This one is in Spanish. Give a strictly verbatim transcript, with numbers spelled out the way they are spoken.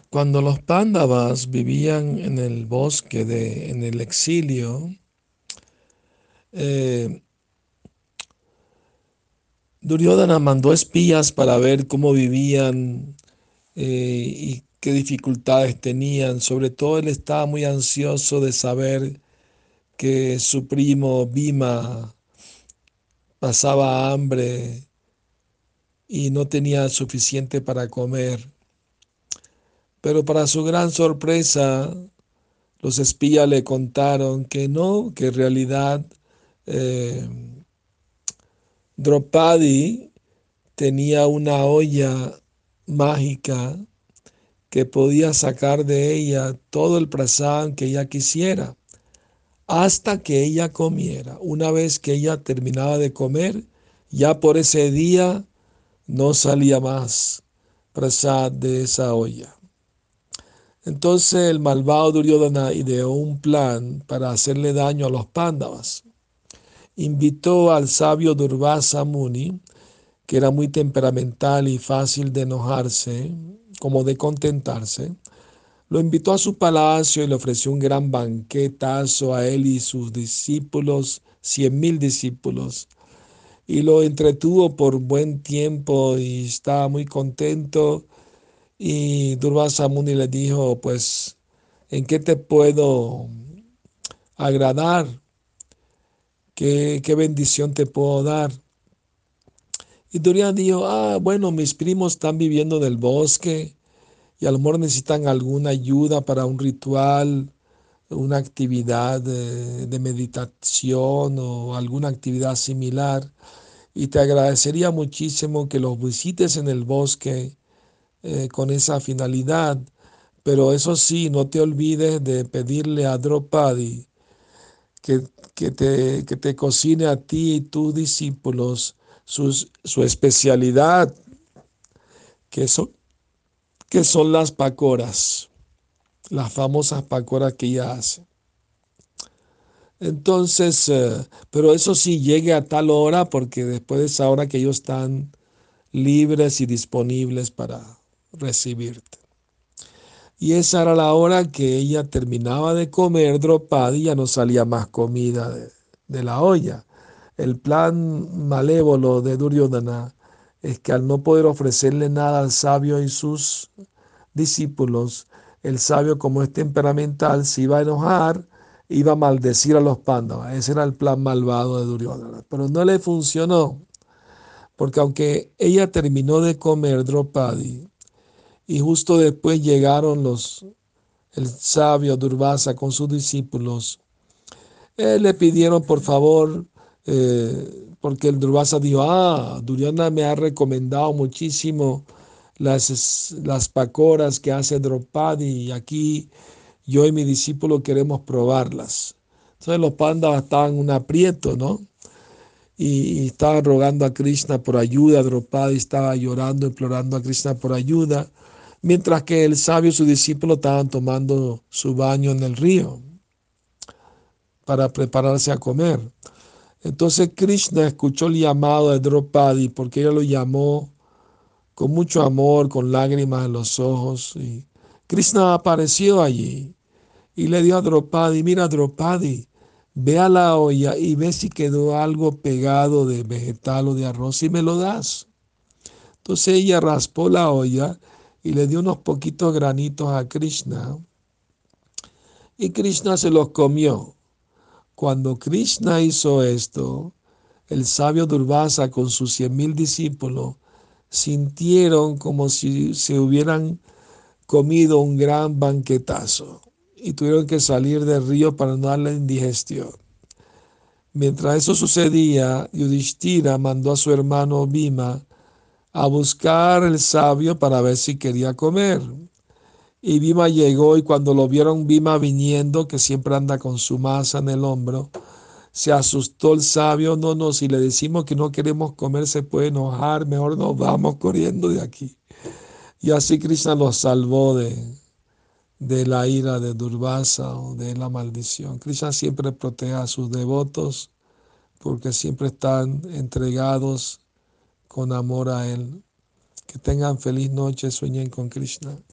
Cuando los Pándavas vivían en el bosque, de, en el exilio, eh, Duryodhana mandó espías para ver cómo vivían eh, y qué dificultades tenían. Sobre todo él estaba muy ansioso de saber que su primo Bhima pasaba hambre y no tenía suficiente para comer. Pero para su gran sorpresa, los espías le contaron que no, que en realidad eh, Draupadi tenía una olla mágica que podía sacar de ella todo el prasad que ella quisiera, hasta que ella comiera. Una vez que ella terminaba de comer, ya por ese día no salía más prasad de esa olla. Entonces el malvado Duryodhana ideó un plan para hacerle daño a los Pándavas. Invitó al sabio Durvasa Muni, que era muy temperamental y fácil de enojarse, como de contentarse. Lo invitó a su palacio y le ofreció un gran banquetazo a él y sus discípulos, cien mil discípulos, y lo entretuvo por buen tiempo y estaba muy contento. Y Durvasa Muni le dijo, pues, ¿en qué te puedo agradar? ¿Qué, qué bendición te puedo dar? Y Duryodhana dijo, ah, bueno, mis primos están viviendo en el bosque y a lo mejor necesitan alguna ayuda para un ritual, una actividad de, de meditación o alguna actividad similar. Y te agradecería muchísimo que los visites en el bosque eh, con esa finalidad. Pero eso sí, no te olvides de pedirle a Draupadi que, que te, que te cocine a ti y tus discípulos sus, su especialidad, que son, que son las pacoras, las famosas pacoras que ella hace. Entonces, eh, pero eso sí, llegue a tal hora, porque después de esa hora que ellos están libres y disponibles para recibirte. Y esa era la hora que ella terminaba de comer Draupadi y ya no salía más comida de, de la olla. El plan malévolo de Duryodhana es que al no poder ofrecerle nada al sabio y sus discípulos, el sabio, como es temperamental, se iba a enojar, iba a maldecir a los Pándavas. Ese era el plan malvado de Duryodhana. Pero no le funcionó, porque aunque ella terminó de comer Draupadi y justo después llegaron los el sabio Durvasa con sus discípulos, eh, le pidieron por favor, eh, porque el Durvasa dijo, ah, Duryodhana me ha recomendado muchísimo las, las pacoras que hace Draupadi y aquí yo y mi discípulo queremos probarlas. Entonces los pandas estaban en un aprieto, ¿no? Y, y estaban rogando a Krishna por ayuda. Draupadi estaba llorando, implorando a Krishna por ayuda, mientras que el sabio y su discípulo estaban tomando su baño en el río para prepararse a comer. Entonces Krishna escuchó el llamado de Draupadi porque ella lo llamó con mucho amor, con lágrimas en los ojos. Y Krishna apareció allí y le dio a Draupadi, mira Draupadi, ve a la olla y ve si quedó algo pegado de vegetal o de arroz y me lo das. Entonces ella raspó la olla y le dio unos poquitos granitos a Krishna y Krishna se los comió. Cuando Krishna hizo esto, el sabio Durvasa con sus cien mil discípulos sintieron como si se hubieran comido un gran banquetazo y tuvieron que salir del río para no darle indigestión. Mientras eso sucedía, Yudhishthira mandó a su hermano Bhima a buscar el sabio para ver si quería comer. Y Bhima llegó y cuando lo vieron Bhima viniendo, que siempre anda con su masa en el hombro, se asustó el sabio. No, no, si le decimos que no queremos comer se puede enojar, mejor nos vamos corriendo de aquí. Y así Krishna los salvó de, de la ira de Durvasa o de la maldición. Krishna siempre protege a sus devotos porque siempre están entregados con amor a Él. Que tengan feliz noche, sueñen con Krishna.